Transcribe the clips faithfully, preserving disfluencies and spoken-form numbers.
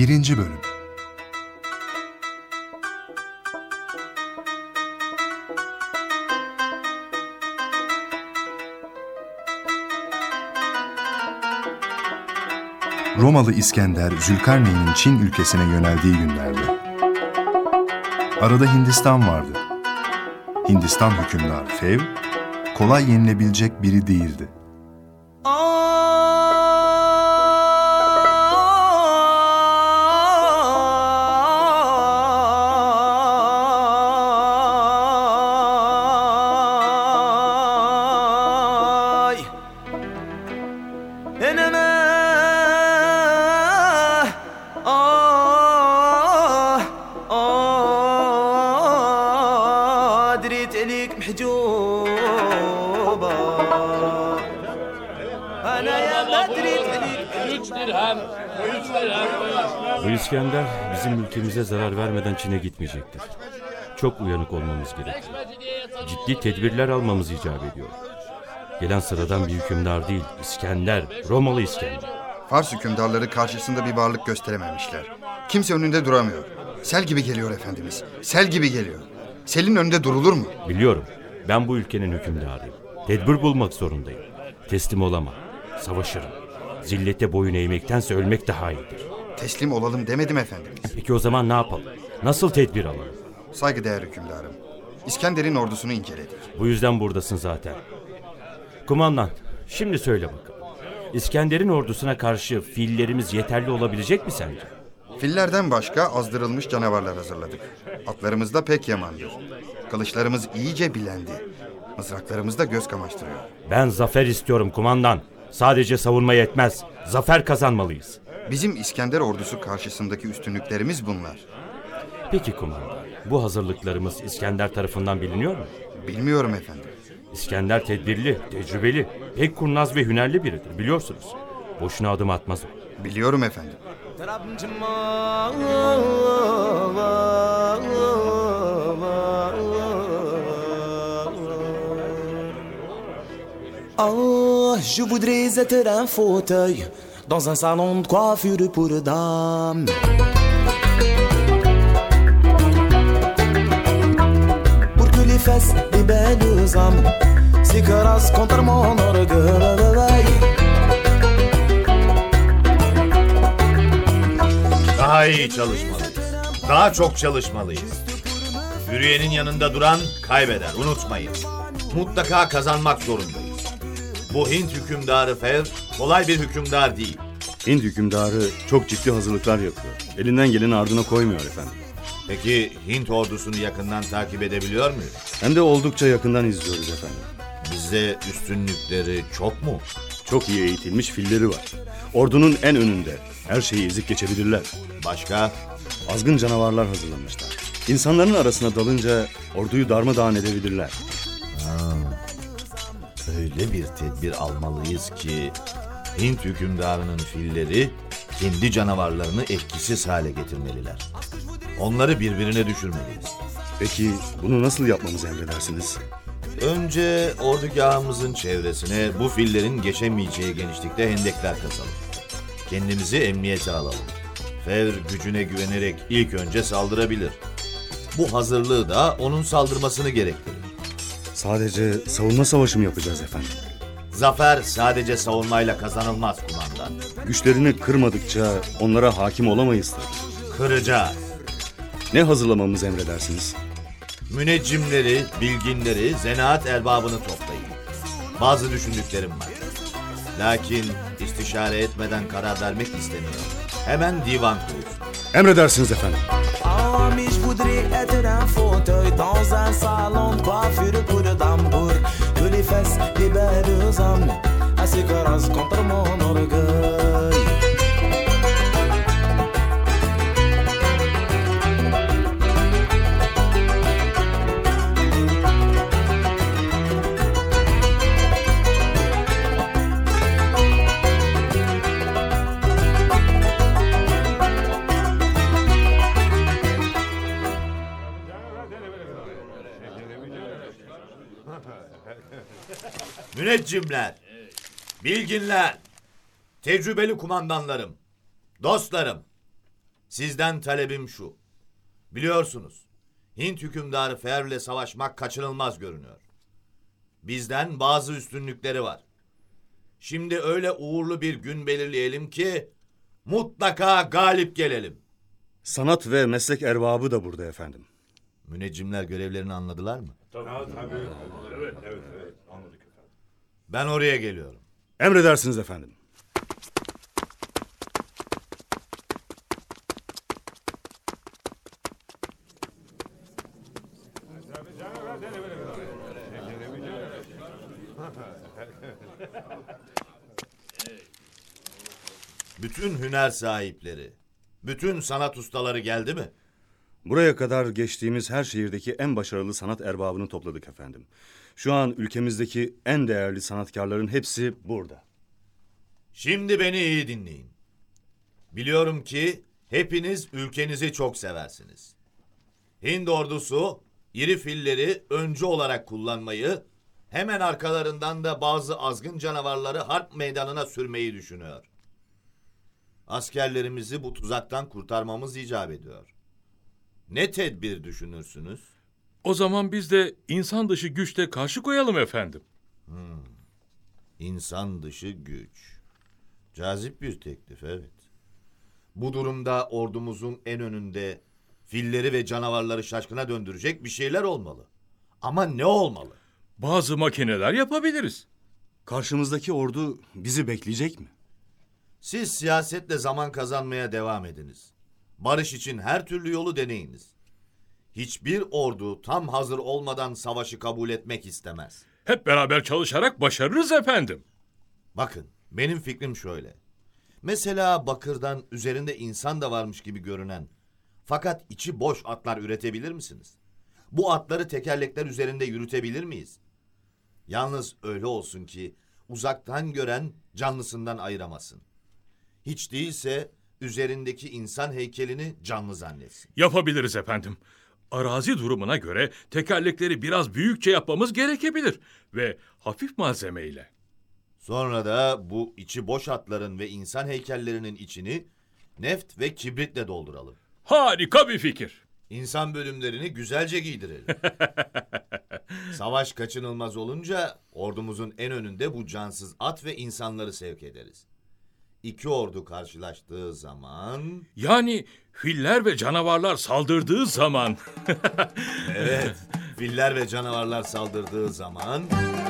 birinci Bölüm. Romalı İskender, Zülkarneyn'in Çin ülkesine yöneldiği günlerde. Arada Hindistan vardı. Hindistan hükümdarı Fev, kolay yenilebilecek biri değildi. Bu İskender bizim ülkemize zarar vermeden Çin'e gitmeyecektir. Çok uyanık olmamız gerekiyor. Ciddi tedbirler almamız icap ediyor. Gelen sıradan bir hükümdar değil, İskender, Romalı İskender. Fars hükümdarları karşısında bir varlık gösterememişler. Kimse önünde duramıyor. Sel gibi geliyor efendimiz, sel gibi geliyor. Selin önünde durulur mu? Biliyorum, ben bu ülkenin hükümdarıyım. Tedbir bulmak zorundayım. Teslim olamam, savaşırım. Zillete boyun eğmektense ölmek daha iyidir. Teslim olalım demedim efendimiz. Peki o zaman ne yapalım? Nasıl tedbir alalım? Saygıdeğer hükümdarım, İskender'in ordusunu inceledik. Bu yüzden buradasın zaten. Kumandan, şimdi söyle bakalım. İskender'in ordusuna karşı fillerimiz yeterli olabilecek mi sence? Fillerden başka azdırılmış canavarlar hazırladık. Atlarımız da pek yamandır. Kılıçlarımız iyice bilendi. Mızraklarımız da göz kamaştırıyor. Ben zafer istiyorum kumandan. Sadece savunma yetmez. Zafer kazanmalıyız. Bizim İskender ordusu karşısındaki üstünlüklerimiz bunlar. Peki kumandan, bu hazırlıklarımız İskender tarafından biliniyor mu? Bilmiyorum efendim. İskender tedbirli, tecrübeli, pek kurnaz ve hünerli biridir biliyorsunuz. Boşuna adım atmaz o. Biliyorum efendim. Ah, je voudrais être un fauteuil dans un salon de coiffure pour dames. Pour que les fesses des belles âmes s'écrasent contre mon orgueil. Daha iyi çalışmalıyız. Daha çok çalışmalıyız. Yürüyenin yanında duran kaybeder, unutmayın. Mutlaka kazanmak zorundayız. Bu Hint hükümdarı Fev kolay bir hükümdar değil. Hint hükümdarı çok ciddi hazırlıklar yapıyor. Elinden geleni ardına koymuyor efendim. Peki Hint ordusunu yakından takip edebiliyor muyuz? Hem de oldukça yakından izliyoruz efendim. Bizde üstünlükleri çok mu? Çok iyi eğitilmiş filleri var. Ordunun en önünde. Her şeyi ezip geçebilirler. Başka? Azgın canavarlar hazırlamışlar. İnsanların arasına dalınca orduyu darmadağın edebilirler. Ha, öyle bir tedbir almalıyız ki Hint hükümdarının filleri kendi canavarlarını etkisiz hale getirmeliler. Onları birbirine düşürmeliyiz. Peki bunu nasıl yapmamızı emredersiniz? Önce ordugahımızın çevresine bu fillerin geçemeyeceği genişlikte hendekler kazalım. Kendimizi emniyete alalım. Fev gücüne güvenerek ilk önce saldırabilir. Bu hazırlığı da onun saldırmasını gerektirir. Sadece savunma savaşı mı yapacağız efendim? Zafer sadece savunmayla kazanılmaz kumandan. Güçlerini kırmadıkça onlara hakim olamayız tabii. Kıracağız. Ne hazırlamamızı emredersiniz? Müneccimleri, bilginleri, zanaat erbabını toplayın. Bazı düşündüklerim var. Lakin istişare etmeden karar vermek istemiyorum. Hemen divan kurulsun. Emredersiniz efendim. Ah, mais je voudrais être un fauteuil dans un salon de coiffure pour dames. Pour que les fesses des belles âmes s'écrasent contre mon orgueil. Müneccimler, bilginler, tecrübeli kumandanlarım, dostlarım. Sizden talebim şu. Biliyorsunuz, Hint hükümdarı Fer'le savaşmak kaçınılmaz görünüyor. Bizden bazı üstünlükleri var. Şimdi öyle uğurlu bir gün belirleyelim ki mutlaka galip gelelim. Sanat ve meslek erbabı da burada efendim. Müneccimler görevlerini anladılar mı? Tabii. Evet, evet, evet. Anladık efendim. Ben oraya geliyorum. Emredersiniz efendim. Bütün hüner sahipleri, bütün sanat ustaları geldi mi? Buraya kadar geçtiğimiz her şehirdeki en başarılı sanat erbabını topladık efendim. Şu an ülkemizdeki en değerli sanatkarların hepsi burada. Şimdi beni iyi dinleyin. Biliyorum ki hepiniz ülkenizi çok seversiniz. Hind ordusu iri filleri öncü olarak kullanmayı, hemen arkalarından da bazı azgın canavarları harp meydanına sürmeyi düşünüyor. Askerlerimizi bu tuzaktan kurtarmamız icap ediyor. Ne tedbir düşünürsünüz? O zaman biz de insan dışı güçle karşı koyalım efendim. Hmm. İnsan dışı güç. Cazip bir teklif, evet. Bu durumda ordumuzun en önünde filleri ve canavarları şaşkına döndürecek bir şeyler olmalı. Ama ne olmalı? Bazı makineler yapabiliriz. Karşımızdaki ordu bizi bekleyecek mi? Siz siyasetle zaman kazanmaya devam ediniz. Barış için her türlü yolu deneyiniz. Hiçbir ordu tam hazır olmadan savaşı kabul etmek istemez. Hep beraber çalışarak başarırız efendim. Bakın, benim fikrim şöyle. Mesela bakırdan üzerinde insan da varmış gibi görünen, fakat içi boş atlar üretebilir misiniz? Bu atları tekerlekler üzerinde yürütebilir miyiz? Yalnız öyle olsun ki uzaktan gören canlısından ayıramasın. Hiç değilse üzerindeki insan heykelini canlı zannetsin. Yapabiliriz efendim. Arazi durumuna göre tekerlekleri biraz büyükçe yapmamız gerekebilir ve hafif malzemeyle. Sonra da bu içi boş atların ve insan heykellerinin içini neft ve kibritle dolduralım. Harika bir fikir. İnsan bölümlerini güzelce giydirelim. Savaş kaçınılmaz olunca ordumuzun en önünde bu cansız at ve insanları sevk ederiz. İki ordu karşılaştığı zaman... Yani filler ve canavarlar saldırdığı zaman... Evet, filler ve canavarlar saldırdığı zaman...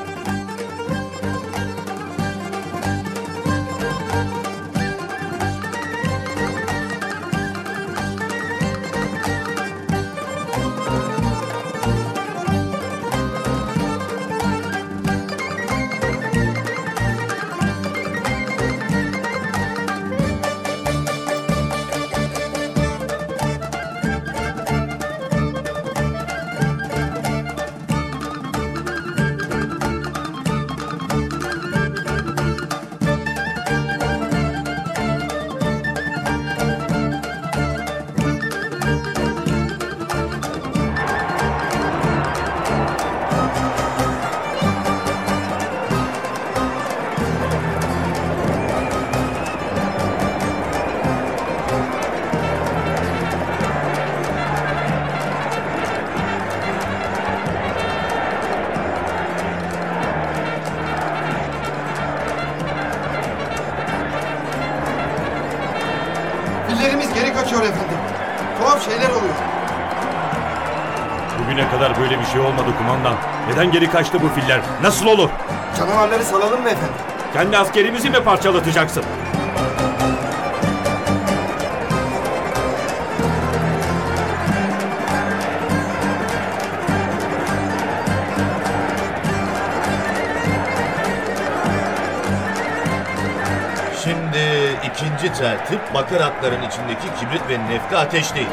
Fillerimiz geri kaçıyor efendim. Tuhaf şeyler oluyor. Bugüne kadar böyle bir şey olmadı kumandan. Neden geri kaçtı bu filler? Nasıl olur? Canavarları salalım mı efendim? Kendi askerimizi mi parçalatacaksın? Şimdi ikinci tertip bakır atların içindeki kibrit ve nefti ateşleyin.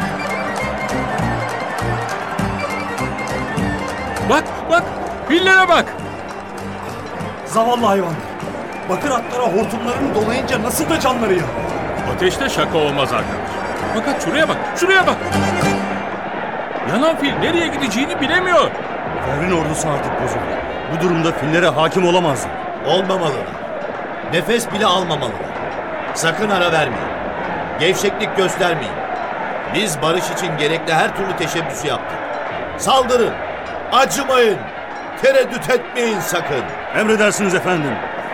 Bak bak fillere bak. Zavallı hayvanlar. Bakır atlara hortumlarını dolayınca nasıl da canları yanıyor. Ateşte şaka olmaz arkadaş. Fakat şuraya bak, şuraya bak. Yanan fil nereye gideceğini bilemiyor. Fer'in ordusu artık bozuldu. Bu durumda fillere hakim olamazlar. Olmamalılar. Nefes bile almamalılar. Sakın ara vermeyin. Gevşeklik göstermeyin. Biz barış için gerekli her türlü teşebbüsü yaptık. Saldırın, acımayın, tereddüt etmeyin sakın. Emredersiniz efendim.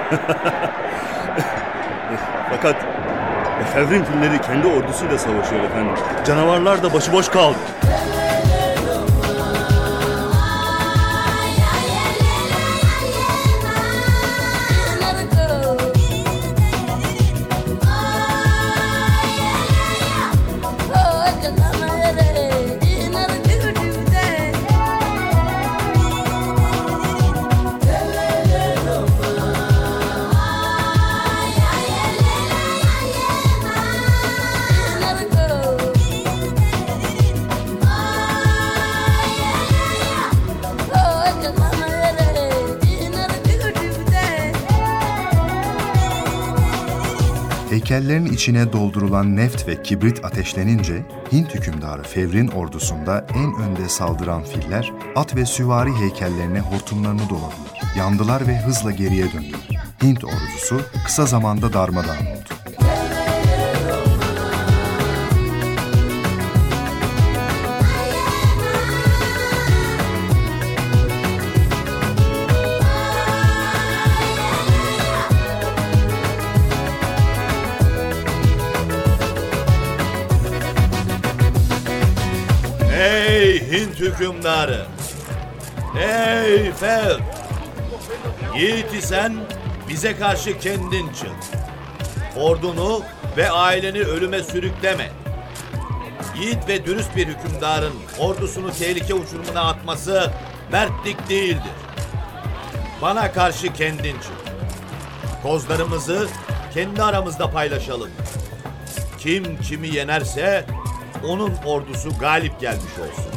Fakat Fevrin filleri kendi ordusuyla savaşıyor efendim. Canavarlar da başıboş kaldı. Heykellerin içine doldurulan neft ve kibrit ateşlenince Hint hükümdarı Fevr'in ordusunda en önde saldıran filler at ve süvari heykellerine hortumlarını doladılar. Yandılar ve hızla geriye döndüler. Hint ordusu kısa zamanda darmadağın oldu. Ey Hint hükümdarı! Ey Fev! Yiğit isen bize karşı kendin çık. Ordunu ve aileni ölüme sürükleme. Yiğit ve dürüst bir hükümdarın ordusunu tehlike uçurumuna atması mertlik değildir. Bana karşı kendin çık. Kozlarımızı kendi aramızda paylaşalım. Kim kimi yenerse onun ordusu galip gelmiş olsun.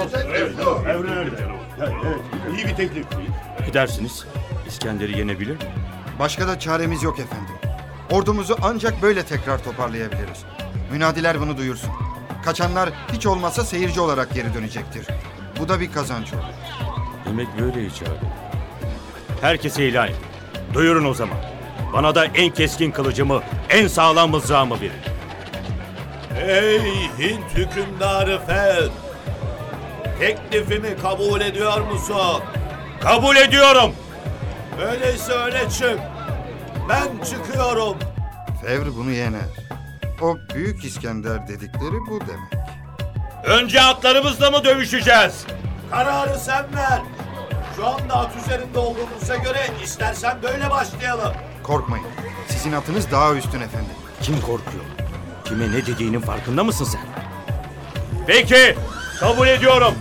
İyi bir teklif. Ne dersiniz? İskender'i yenebilir mi? Başka da çaremiz yok efendim. Ordumuzu ancak böyle tekrar toparlayabiliriz. Münadiler bunu duyursun. Kaçanlar hiç olmazsa seyirci olarak geri dönecektir. Bu da bir kazanç olur. Demek böyle icabı. Herkese ilan edin. Duyurun o zaman. Bana da en keskin kılıcımı, en sağlam mızrağımı verin. Ey Hint hükümdarı Fev! Teklifimi kabul ediyor musun? Kabul ediyorum. Öyleyse öne çık. Ben çıkıyorum. Fevr bunu yener. O Büyük İskender dedikleri bu demek. Önce atlarımızla mı dövüşeceğiz? Kararı sen ver. Şu anda at üzerinde olduğumuza göre istersen böyle başlayalım. Korkmayın. Sizin atınız daha üstün efendim. Kim korkuyor? Kime ne dediğinin farkında mısın sen? Peki, kabul ediyorum.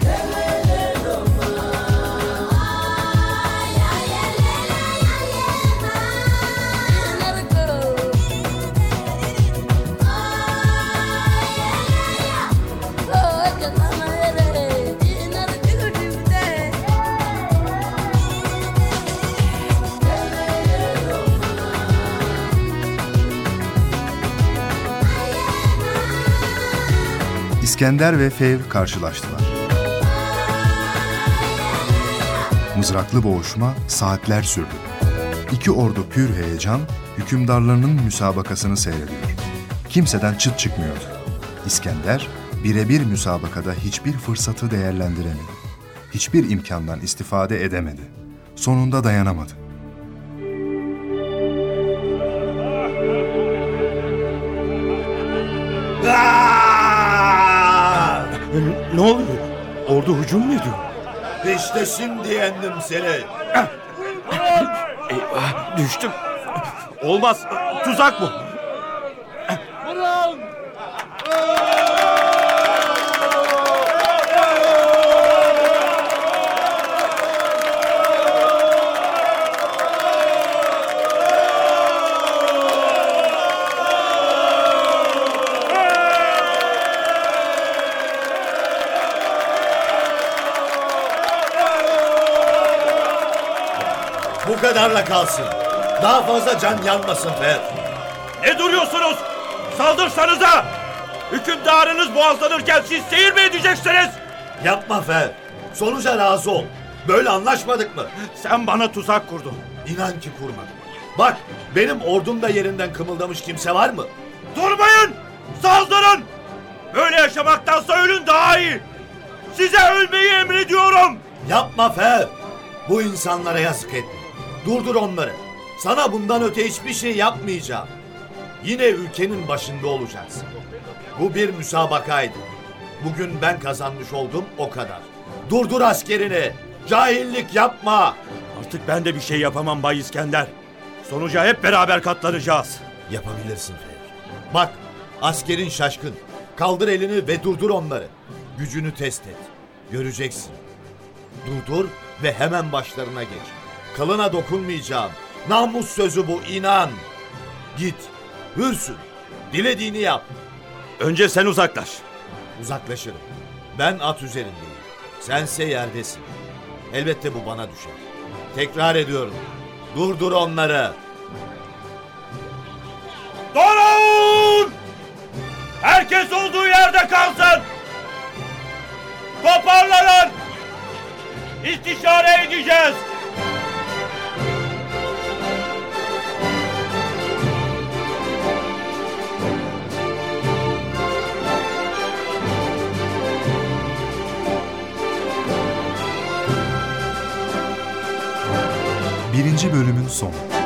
İskender ve Fevr karşılaştılar. Mızraklı boğuşma saatler sürdü. İki ordu pür heyecan, hükümdarlarının müsabakasını seyrediyor. Kimseden çıt çıkmıyordu. İskender, birebir müsabakada hiçbir fırsatı değerlendiremedi. Hiçbir imkandan istifade edemedi. Sonunda dayanamadı. Ne oluyor? Ordu hücum mu ediyor? İşte şimdi yendim seni. Eyvah, düştüm. Olmaz, tuzak bu. Bu kadarla kalsın. Daha fazla can yanmasın Fev. Ne duruyorsunuz? Saldırsanıza! Hükümdarınız boğazlanırken siz seyir mi edeceksiniz? Yapma Fev. Sonuca razı ol. Böyle anlaşmadık mı? Sen bana tuzak kurdun. İnan ki kurmadım. Bak, benim ordumda yerinden kımıldamış kimse var mı? Durmayın! Saldırın! Böyle yaşamaktansa ölün daha iyi. Size ölmeyi emrediyorum. Yapma Fer. Bu insanlara yazık etme. Durdur onları. Sana bundan öte hiçbir şey yapmayacağım. Yine ülkenin başında olacaksın. Bu bir müsabakaydı. Bugün ben kazanmış oldum, o kadar. Durdur askerini. Cahillik yapma. Artık ben de bir şey yapamam Bay İskender. Sonuca hep beraber katlanacağız. Yapabilirsin Fer. Bak, askerin şaşkın. Kaldır elini ve durdur onları. Gücünü test et. Göreceksin. Durdur ve hemen başlarına geç. Kılına dokunmayacağım. Namus sözü bu, inan. Git. Hürsün. Dilediğini yap. Önce sen uzaklaş. Uzaklaşırım. Ben at üzerindeyim. Sense yerdesin. Elbette bu bana düşer. Tekrar ediyorum. Durdur onları. Durun! Herkes olduğu yerde kalsın. Toparlanın. İstişare edeceğiz. Birinci bölümün sonu.